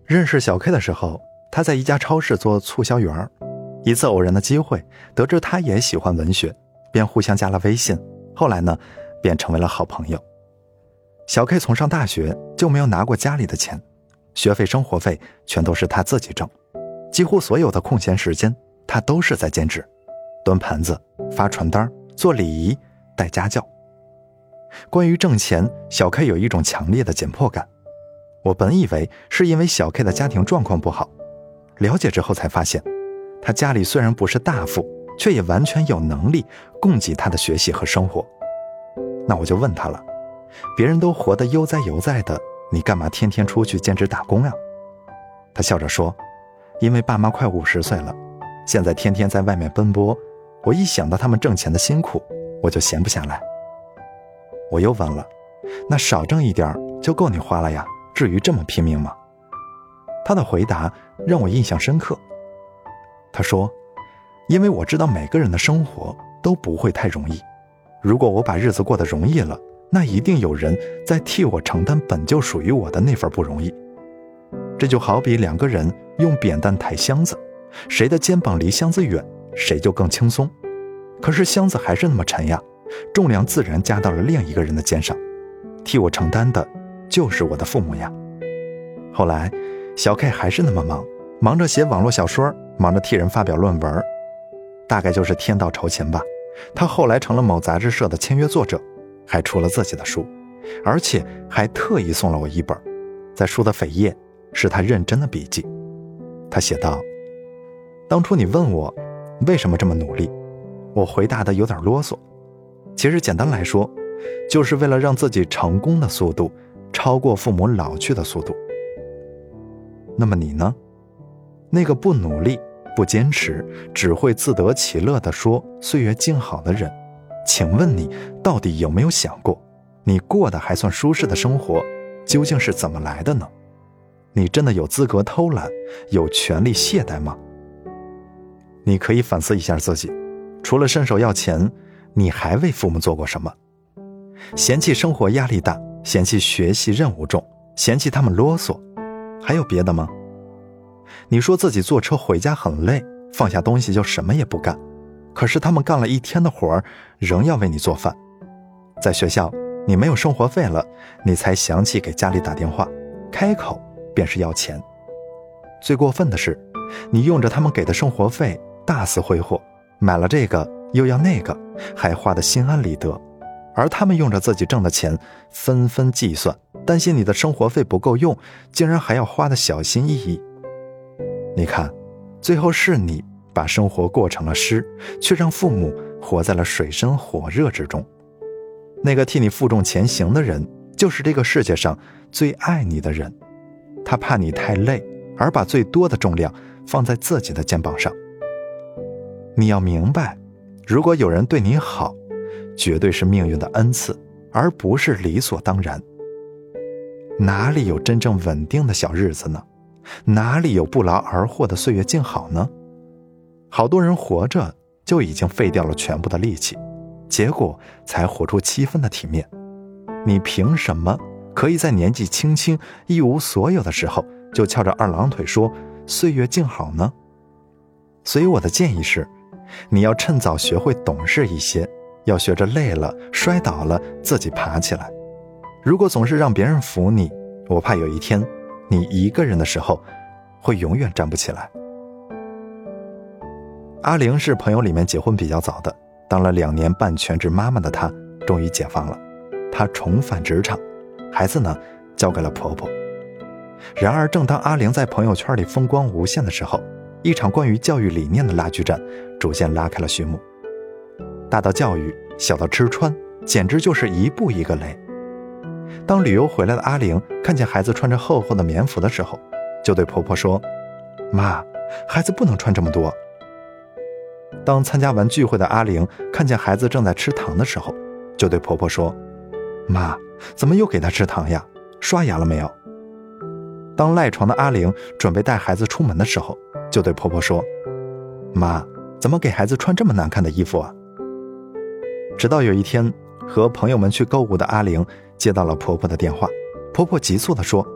认识小 K 的时候，他在一家超市做促销员，一次偶然的机会，得知他也喜欢文学，便互相加了微信，后来呢，便成为了好朋友。小 K 从上大学就没有拿过家里的钱，学费生活费全都是他自己挣，几乎所有的空闲时间他都是在兼职，端盘子、发传单、做礼仪、带家教。关于挣钱，小 K 有一种强烈的紧迫感。我本以为是因为小 K 的家庭状况不好，了解之后才发现，他家里虽然不是大富，却也完全有能力供给他的学习和生活。那我就问他了，别人都活得悠哉悠哉的，你干嘛天天出去兼职打工啊？他笑着说，因为爸妈快50岁了，现在天天在外面奔波，我一想到他们挣钱的辛苦，我就闲不下来。我又问了，那少挣一点就够你花了呀，至于这么拼命吗？他的回答让我印象深刻。他说，因为我知道每个人的生活都不会太容易，如果我把日子过得容易了，那一定有人在替我承担本就属于我的那份不容易。这就好比两个人用扁担抬箱子，谁的肩膀离箱子远，谁就更轻松。可是箱子还是那么沉呀，重量自然加到了另一个人的肩上，替我承担的就是我的父母呀。后来小 K 还是那么忙着写网络小说，忙着替人发表论文，大概就是天道酬勤吧。他后来成了某杂志社的签约作者，还出了自己的书，而且还特意送了我一本，在书的扉页是他认真的笔记。他写道，当初你问我为什么这么努力，我回答的有点啰嗦，其实简单来说，就是为了让自己成功的速度超过父母老去的速度。那么你呢？那个不努力、不坚持，只会自得其乐地说岁月静好的人，请问你到底有没有想过，你过得还算舒适的生活究竟是怎么来的呢？你真的有资格偷懒，有权利懈怠吗？你可以反思一下自己，除了伸手要钱，你还为父母做过什么？嫌弃生活压力大，嫌弃学习任务重，嫌弃他们啰嗦，还有别的吗？你说自己坐车回家很累，放下东西就什么也不干，可是他们干了一天的活仍要为你做饭。在学校你没有生活费了，你才想起给家里打电话，开口便是要钱。最过分的是，你用着他们给的生活费大肆挥霍，买了这个又要那个，还花得心安理得，而他们用着自己挣的钱纷纷计算，担心你的生活费不够用，竟然还要花得小心翼翼。你看，最后是你把生活过成了诗，却让父母活在了水深火热之中。那个替你负重前行的人，就是这个世界上最爱你的人，他怕你太累，而把最多的重量放在自己的肩膀上。你要明白，如果有人对你好，绝对是命运的恩赐，而不是理所当然。哪里有真正稳定的小日子呢？哪里有不劳而获的岁月静好呢？好多人活着就已经废掉了全部的力气，结果才活出7分的体面。你凭什么可以在年纪轻轻一无所有的时候就翘着二郎腿说岁月静好呢？所以我的建议是，你要趁早学会懂事一些，要学着累了摔倒了自己爬起来。如果总是让别人扶你，我怕有一天你一个人的时候会永远站不起来。阿玲是朋友里面结婚比较早的，当了2年半全职妈妈的她终于解放了，她重返职场，孩子呢交给了婆婆。然而正当阿玲在朋友圈里风光无限的时候，一场关于教育理念的拉锯战逐渐拉开了序幕。大到教育，小到吃穿，简直就是一步一个雷。当旅游回来的阿玲看见孩子穿着厚厚的棉服的时候，就对婆婆说，妈，孩子不能穿这么多。当参加完聚会的阿玲看见孩子正在吃糖的时候，就对婆婆说，妈，怎么又给他吃糖呀？刷牙了没有？当赖床的阿玲准备带孩子出门的时候，就对婆婆说，妈，怎么给孩子穿这么难看的衣服啊？直到有一天，和朋友们去购物的阿玲接到了婆婆的电话，婆婆急促地说，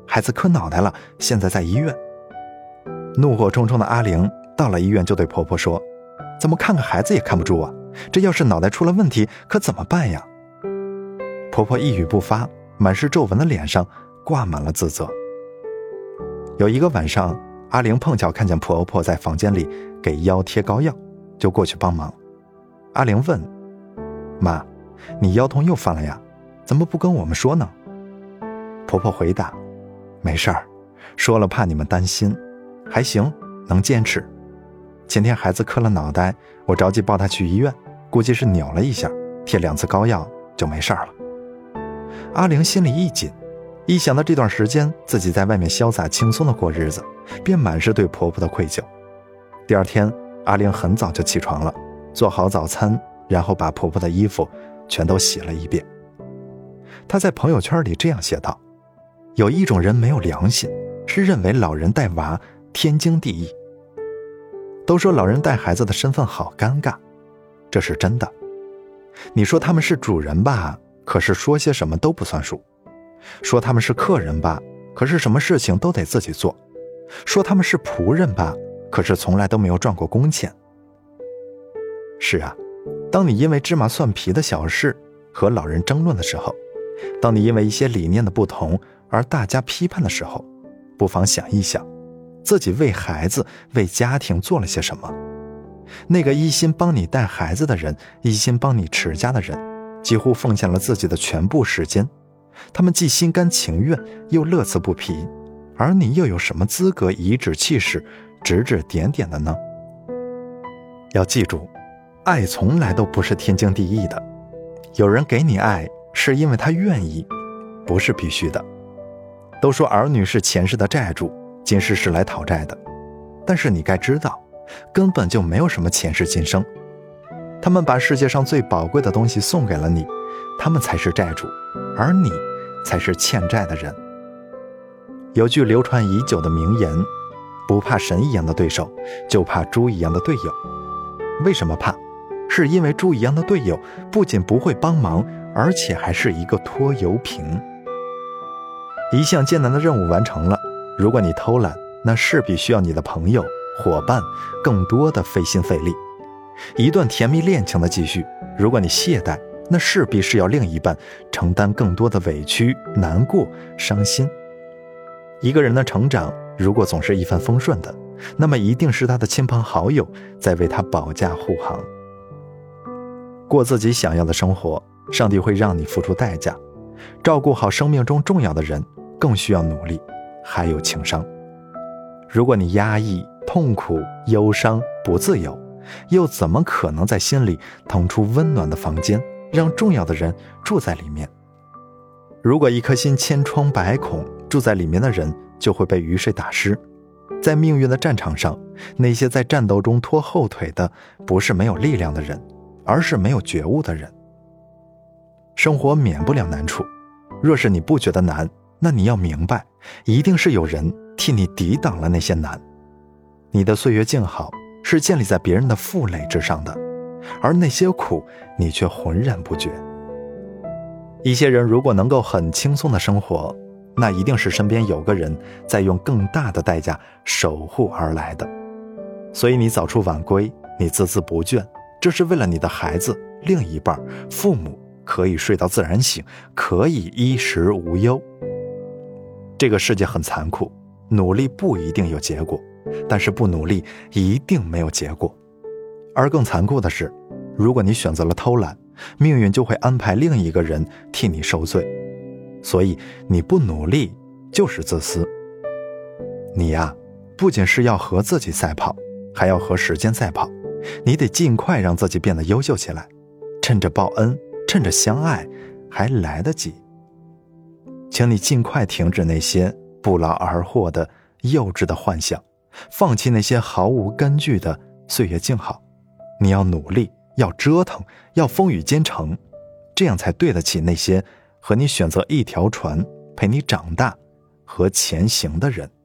孩子磕脑袋了，现在在医院。怒火冲冲的阿玲到了医院就对婆婆说，怎么看个孩子也看不住啊，这要是脑袋出了问题可怎么办呀？婆婆一语不发，满是皱纹的脸上挂满了自责。有一个晚上，阿玲碰巧看见婆婆在房间里给腰贴膏药，就过去帮忙。阿玲问，妈，你腰痛又犯了呀，怎么不跟我们说呢？婆婆回答，没事儿，说了怕你们担心，还行，能坚持。前天孩子磕了脑袋，我着急抱他去医院，估计是扭了一下，贴2次膏药就没事了。阿玲心里一紧，一想到这段时间自己在外面潇洒轻松的过日子，便满是对婆婆的愧疚。第二天，阿玲很早就起床了，做好早餐，然后把婆婆的衣服全都洗了一遍。她在朋友圈里这样写道，有一种人没有良心，是认为老人带娃天经地义。都说老人带孩子的身份好尴尬，这是真的。你说他们是主人吧，可是说些什么都不算数；说他们是客人吧，可是什么事情都得自己做；说他们是仆人吧，可是从来都没有赚过工钱。是啊，当你因为芝麻蒜皮的小事和老人争论的时候，当你因为一些理念的不同而大家批判的时候，不妨想一想，自己为孩子、为家庭做了些什么。那个一心帮你带孩子的人，一心帮你持家的人，几乎奉献了自己的全部时间，他们既心甘情愿又乐此不疲，而你又有什么资格颐指气使、指指点点的呢？要记住，爱从来都不是天经地义的，有人给你爱是因为他愿意，不是必须的。都说儿女是前世的债主，今世是来讨债的，但是你该知道，根本就没有什么前世今生。他们把世界上最宝贵的东西送给了你，他们才是债主，而你才是欠债的人。有句流传已久的名言，不怕神一样的对手，就怕猪一样的队友。为什么怕？是因为猪一样的队友不仅不会帮忙，而且还是一个拖油瓶。一项艰难的任务完成了，如果你偷懒，那势必需要你的朋友、伙伴更多的费心费力。一段甜蜜恋情的继续，如果你懈怠，那势必是要另一半承担更多的委屈、难过、伤心。一个人的成长如果总是一帆风顺的，那么一定是他的亲朋好友在为他保驾护航。过自己想要的生活，上帝会让你付出代价。照顾好生命中重要的人，更需要努力，还有情商。如果你压抑、痛苦、忧伤、不自由，又怎么可能在心里腾出温暖的房间，让重要的人住在里面？如果一颗心千疮百孔，住在里面的人就会被雨水打湿。在命运的战场上，那些在战斗中拖后腿的，不是没有力量的人，而是没有觉悟的人。生活免不了难处，若是你不觉得难，那你要明白，一定是有人替你抵挡了那些难。你的岁月静好是建立在别人的负累之上的，而那些苦你却浑然不觉。一些人如果能够很轻松的生活，那一定是身边有个人在用更大的代价守护而来的。所以你早出晚归，你孜孜不倦，这是为了你的孩子、另一半、父母可以睡到自然醒，可以衣食无忧。这个世界很残酷，努力不一定有结果，但是不努力一定没有结果。而更残酷的是，如果你选择了偷懒，命运就会安排另一个人替你受罪。所以你不努力就是自私。你呀，不仅是要和自己赛跑，还要和时间赛跑。你得尽快让自己变得优秀起来，趁着报恩，趁着相爱，还来得及。请你尽快停止那些不劳而获的幼稚的幻想，放弃那些毫无根据的岁月静好。你要努力，要折腾，要风雨兼程，这样才对得起那些和你选择一条船陪你长大和前行的人。